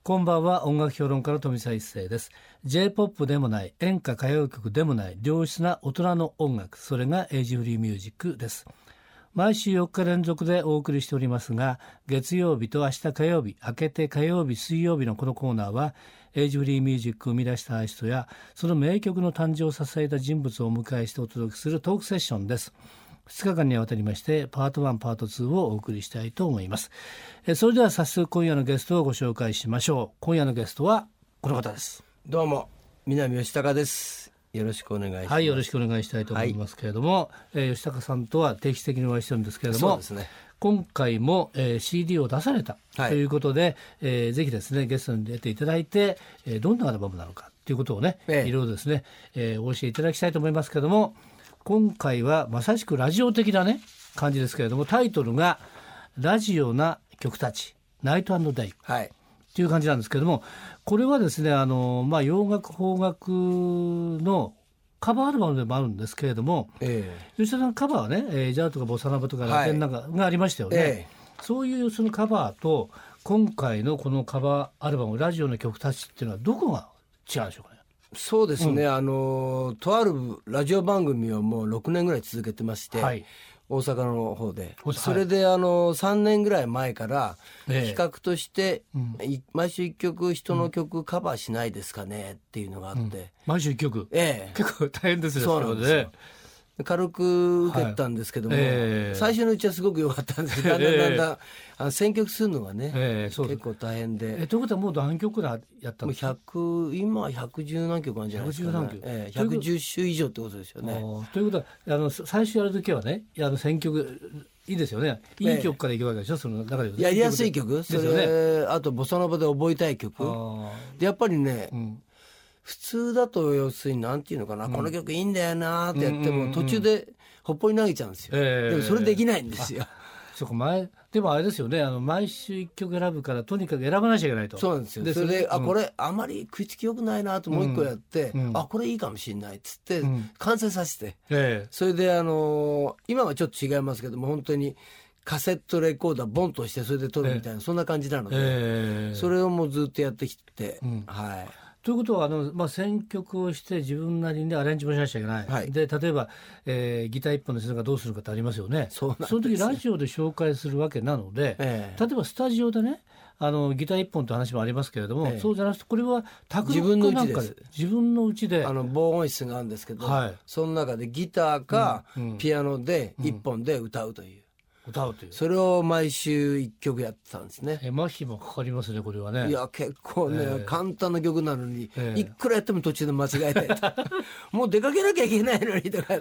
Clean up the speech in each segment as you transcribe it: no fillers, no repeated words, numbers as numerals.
こんばんは。音楽評論家の富澤一世です。 J-POP でもない演歌歌謡曲でもない良質な大人の音楽、それがエイジフリーミュージックです。毎週4日連続でお送りしておりますが、月曜日と明日火曜日、明けて火曜日水曜日のこのコーナーはエイジフリーミュージックを生み出したアーティストやその名曲の誕生を支えた人物をお迎えしてお届けするトークセッションです。2日間にわたりましてパート1パート2をお送りしたいと思います。それでは早速今夜のゲストをご紹介しましょう。今夜のゲストはこの方です。 どうも南吉高です。よろしくお願いします。 はい、よろしくお願いしたいと思いますけれども、吉高さんとは定期的にお会いしてるんですけれども、 そうですね、 今回も、CD を出されたということで、ぜひですねゲストに出ていただいて、どんなアルバムなのかということをね、いろいろですね、お教えいただきたいと思いますけれども、今回はまさしくラジオ的なね感じですけれども、タイトルがラジオな曲たちナイト&デイという感じなんですけれども、これはですね洋楽邦楽のカバーアルバムでもあるんですけれども、吉田さんカバーはね、ジャズとかボサノバとかラテンなんかがありましたよね、そういうそのカバーと今回のこのカバーアルバムラジオの曲たちっていうのはどこが違うんでしょうかね。 そうですね、とあるラジオ番組をもう6年ぐらい続けてまして、大阪の方で、それで3年ぐらい前から企画として、毎週1曲人の曲カバーしないですかねっていうのがあって、毎週1曲、結構大変ですね。 そうなんですよ。軽く受けたんですけども、最初のうちはすごく良かったんですけど、だんだん選曲するのがね、結構大変で。 ということはもう何曲やったんですか。 今110何曲あるんじゃないですかね。110首以上ってことですよね。 ということは最初やるときはね、選曲いいですよね。いい曲からいくわけでしょ、その中でやりやすい曲、それあとボサノバで覚えたい曲で、やっぱりね、普通だと要するになんていうのかな、この曲いいんだよなってやっても途中でほっぽり投げちゃうんですよ、でもそれできないんですよ。 そうか、でもあれですよね、毎週1曲選ぶからとにかく選ばなきゃいけないと。 そうなんですよ。それでこれあまり食いつきよくないなともう一個やって、これいいかもしれないっつって完成させて、それで今はちょっと違いますけども、本当にカセットレコーダーボンとしてそれで撮るみたいな、そんな感じなので、それをもうずっとやってきて、 ということは選曲をして自分なりにアレンジもしなきゃいけない、で例えば、ギター一本の人がどうするかってありますよね。その時ラジオで紹介するわけなので、例えばスタジオでねギター一本という話もありますけれども、そうじゃなくてこれは宅録かなんかで自分の家で防音室があるんですけど、その中でギターかピアノで一本で歌うという、それを毎週1曲やってたんですね。 麻痺もかかりますね、これはね。 いや結構ね、簡単な曲なのに、いくらやっても途中で間違えてもう出かけなきゃいけないのにとかって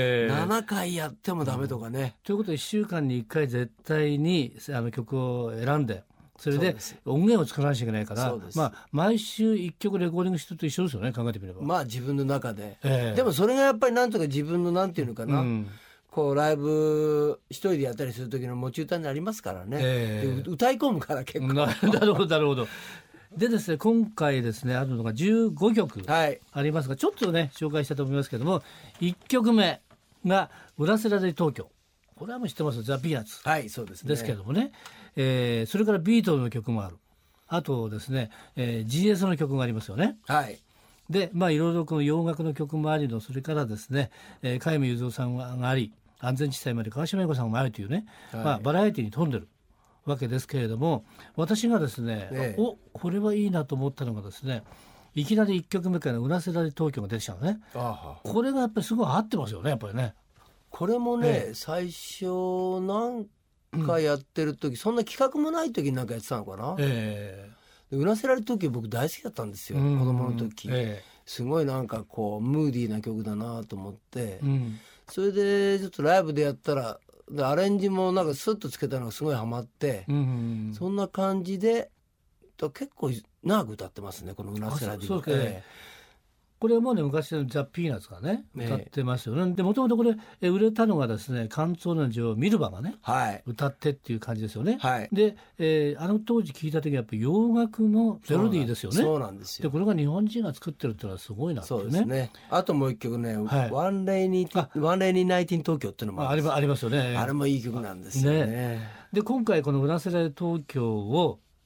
、7回やってもダメとかね、 ということで1週間に1回絶対に曲を選んで、それで音源を作らなきゃいけないから、毎週1曲レコーディングしてると一緒ですよね、考えてみれば。 自分の中で、でもそれがやっぱりなんとか自分のなんていうのかな、こうライブ一人でやったりする時の持ち歌になりますからね、歌い込むから結構なるほど。でですね、今回ですねあるのが15曲ありますが、ちょっとね紹介したいと思いますけども、1曲目がウラセラで東京、これはもう知ってます、ザ・ピーナッツ、そうですね、ですけどもね、それからビートルズの曲もある、あとですね、GS の曲がありますよね。でいろいろこの洋楽の曲もありの、それからですね、加山雄三さんがあり、安全地帯まで川島英子さんもあるというね、バラエティに富んでるわけですけれども、私がですね、これはいいなと思ったのがですね、いきなり1曲目からうなせられ東京が出てきたのね。これがやっぱりすごい合ってますよね、やっぱりね。 これもね、最初なんかやってる時、そんな企画もない時になんかやってたのかな。うなせられ東京僕大好きだったんですよ、子供の時、すごいなんかこうムーディーな曲だなと思って、それでちょっとライブでやったらアレンジもなんかスッとつけたのがすごいハマって、そんな感じで結構長く歌ってますね、このうなせらで。これはもうね、昔のザ・ピーナッツがね歌ってますよね。でもともとこれ売れたのがですね、カンツォーネの女王ミルバがね、歌ってっていう感じですよね。で、あの当時聞いた時はやっぱり洋楽のメロディーですよね。 そうなんですよ。 でこれが日本人が作ってるっていうのはすごいなっていうね。 そうですね。あともう一曲ね、ワンレイニーナイティン東京っていうのもありますよね。あれもいい曲なんですよね。 で今回このうなせられ東京を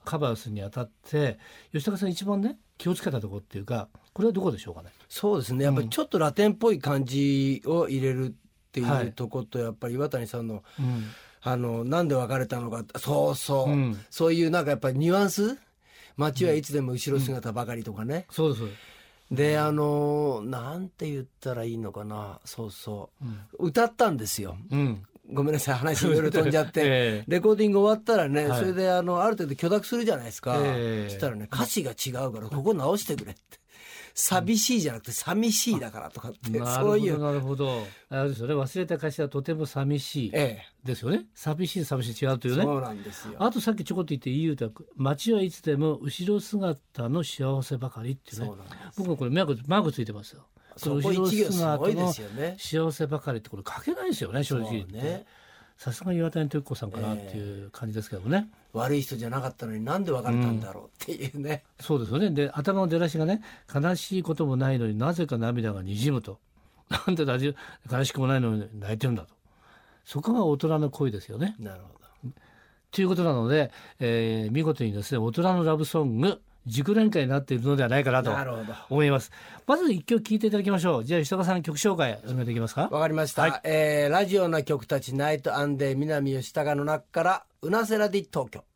カバーするにあたって吉高さん一番ね気をつけたところっていうか、これはどこでしょうかね。 そうですね、やっぱりちょっとラテンっぽい感じを入れるっていうとこと、やっぱり岩谷さんの、なんで別れたのか、そういうなんかやっぱりニュアンス、街はいつでも後ろ姿ばかりとかね、 そうです。 でなんて言ったらいいのかな、歌ったんですよ、ごめんなさい話いろいろ飛んじゃって、レコーディング終わったらね、それである程度許諾するじゃないですか、そしたらね、歌詞が違うからここ直してくれって、寂しいじゃなくて寂しいだからとかって、そういう。 なるほど。あれですよね、忘れた歌詞はとても寂しいですよね。寂しい違うというね。 そうなんですよ。 あとさっきちょこっと言って言うと、街はいつでも後ろ姿の幸せばかりっていうね。そうなんです。僕はこれマークついてますよ。 そこ一行すごいですよね。 幸せばかりってこれ書けないですよね、正直言って。さすが岩谷時子さんかなっていう感じですけどもね、 悪い人じゃなかったのになんで別れたんだろうっていうね、 そうですよね。で頭の出だしがね、悲しいこともないのになぜか涙がにじむと、なんで悲しくもないのに泣いてるんだと、そこが大人の恋ですよね。 なるほど。 ということなので、見事にですね大人のラブソング熟練会になっているのではないかなと思います。まず一曲聴いていただきましょう。じゃあ吉高さん曲紹介進めていきますか。 わかりました、ラジオな曲たちナイト&デイ南吉高の中からうなせらで東京。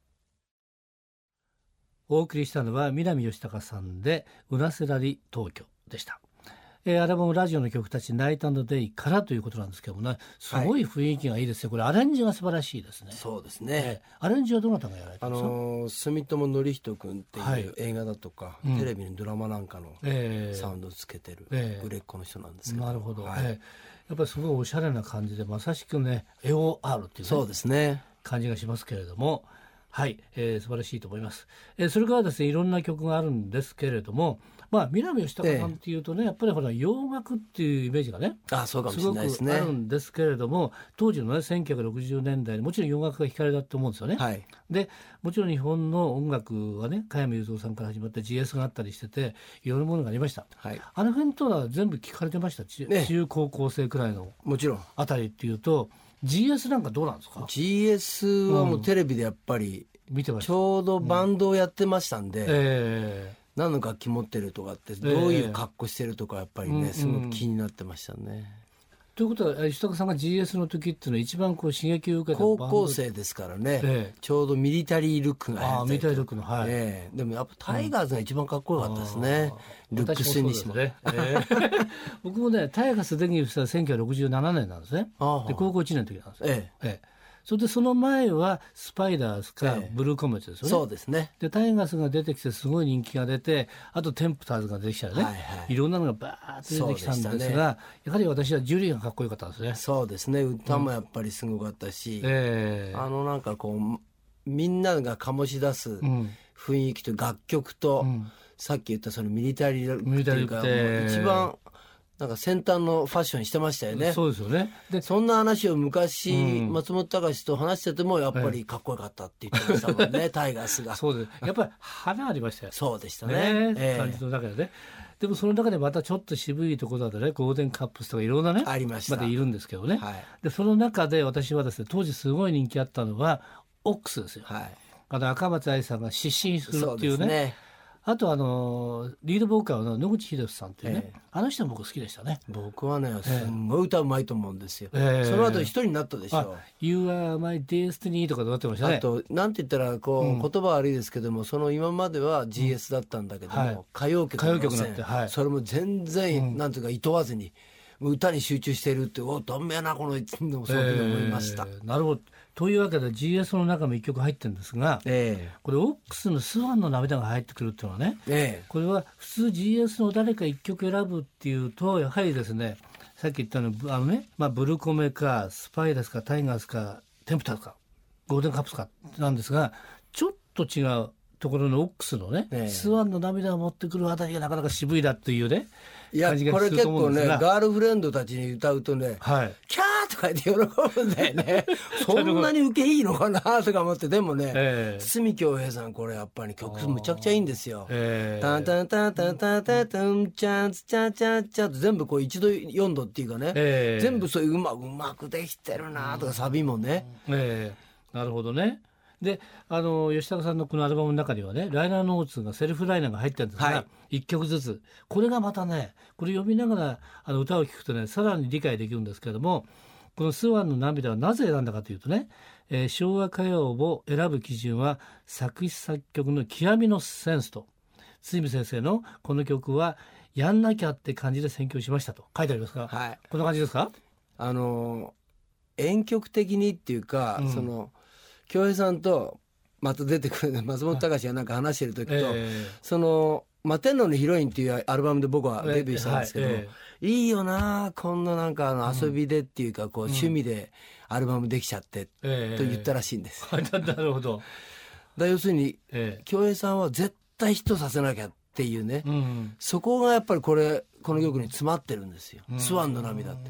お送りしたのは南吉高さんでうなせらり東京でした。アルバムラジオの曲たちナイト&デイからということなんですけどもね、すごい雰囲気がいいですよ。これアレンジが素晴らしいですね。 そうですね、 アレンジはどなたがやられてますか。 住友典人君っていう映画だとか、テレビのドラマなんかのサウンドをつけてる売れっ子の人なんですけど、 なるほど、やっぱりすごいおしゃれな感じで、まさしくね AOR っていう、 そうですね、 感じがしますけれども、はい、素晴らしいと思います。それからですね、いろんな曲があるんですけれども、南吉高さんっていうとね、やっぱりほら洋楽っていうイメージがね、 そうかもしれないですね、 すごくあるんですけれども、当時のね1960年代にもちろん洋楽が光だと思うんですよね、でもちろん日本の音楽はね、加山雄三さんから始まって GS があったりしてて、いろんなものがありました、あの辺とは全部聞かれてました。中高校生くらいのもちろんあたりっていうと GS なんかどうなんですか。 GS はもうテレビでやっぱり見てました。 ちょうどバンドをやってましたんで、何の楽器持ってるとかってどういう格好してるとかやっぱりね、すごく気になってましたね。 ということは吉高さんが GS の時っていうのは一番こう刺激を受けた高校生ですからね、ちょうどミリタリールックがやったりと、 ミリタリールックの、 でもやっぱタイガーズが一番かっこよかったですね、ルックスにしてもね、 僕もねタイガースデビューした1967年なんですね。で高校1年の時なんですよ。それでその前はスパイダースかブルーコメッツですよね。 そうですね。 でタイガースが出てきてすごい人気が出て、あとテンプターズが出てきたらね、いろんなのがバーッと出てきたんですが、やはり私はジュリーがかっこよかったんですね。 そうですね、歌もやっぱりすごかったし、なんかこうみんなが醸し出す雰囲気と楽曲と、さっき言ったそのミリタリールックっていうか、一番なんか先端のファッションしてましたよね。 そうですよね。 でそんな話を昔、松本隆と話しててもやっぱりかっこよかったって言ってましたもんね、タイガースが。 そうです。やっぱり花ありましたよ。 そうでしたね。 感じの中でね。でもその中でまたちょっと渋いところだとね、ゴールデンカップスとかいろんなねありました。 までいるんですけどね。でその中で私はですね、当時すごい人気あったのはオックスですよ。赤松愛さんが失神するっていうね。あとリードボーカルの野口英世さんっていうね、あの人も僕好きでしたね。 僕はねすんごい歌うまいと思うんですよ。その後一人になったでしょ。 You are my destiny とかで歌ってましたね。 あとなんて言ったらこう、言葉悪いですけども、その今までは GS だったんだけども、歌謡曲になって、それも全然、なんていうかいとわずに歌に集中しているって、どんめやなこのいつもそういうふうに思いました。 なるほど。というわけで GS の中も一曲入ってるんですが、これオックスのスワンの涙が入ってくるっていうのはね、これは普通 GS の誰か一曲選ぶっていうと、やはりですね、さっき言ったブルコメかスパイダースかタイガースかテンプターズかゴールデンカップスかなんですが、ちょっと違うところのオックスのね、スワンの涙を持ってくるあたりがなかなか渋いだというね、 いやこれ結構ね、ガールフレンドたちに歌うとね、キャーとか言って喜ぶんだよね。そんなに受けいいのかなとか思って。でもね、堤恭平さんこれやっぱり曲むちゃくちゃいいんですよ。タンタンタンタンタンタンタンチャンツチャチャチャと全部こう一度四度っていうかね、全部そういううまくできてるなとか、サビもね。 なるほどね。 で吉高さんのこのアルバムの中にはねライナーノーツがセルフライナーが入ってるんですが、はい、1曲ずつこれがまたねこれ読みながら歌を聴くとねさらに理解できるんですけれども、このスワンの涙はなぜ選んだかというとね、昭和歌謡を選ぶ基準は作詞作曲の極みのセンスと、堤先生のこの曲はやんなきゃって感じで選曲しましたと書いてありますが、はい、こんな感じですか？ 編曲的にっていうか、その京平さんとまた出てくる松本隆がなんか話してる時と、その天皇のヒロインっていうアルバムで僕はデビューしたんですけど、いいよなこんななんか遊びでっていうかこう趣味でアルバムできちゃってと言ったらしいんです。 なるほど。 要するに京平さんは絶対ヒットさせなきゃっていうね、そこがやっぱりこの曲に詰まってるんですよ。スワンの涙って、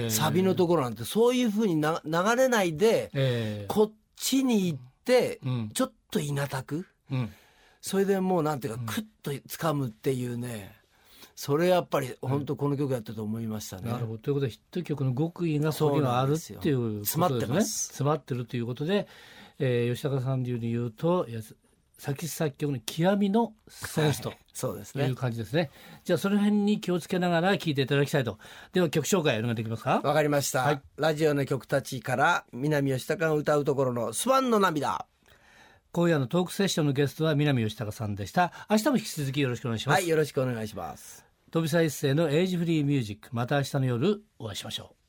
サビのところなんてそういう風に流れないで、こっちに行ってちょっといなたく、それでもうなんていうかクッと掴むっていうね、それやっぱり本当この曲やったと思いましたね。 なるほど。ということでヒット曲の極意がここにはあるっていうことですね。 詰まってます。 詰まってるということで、吉高さん流に言うと作詞作曲の極みのセンスと、 そうですね、 いう感じですね。じゃあその辺に気をつけながら聴いていただきたいと。では曲紹介お願いできますか？ わかりました、はい、ラジオの曲たちから南吉高が歌うところのスワンの涙。 今夜のトークセッションのゲストは南吉高さんでした。明日も引き続きよろしくお願いします。 はい、よろしくお願いします。 飛び一世のエイジフリーミュージック、また明日の夜お会いしましょう。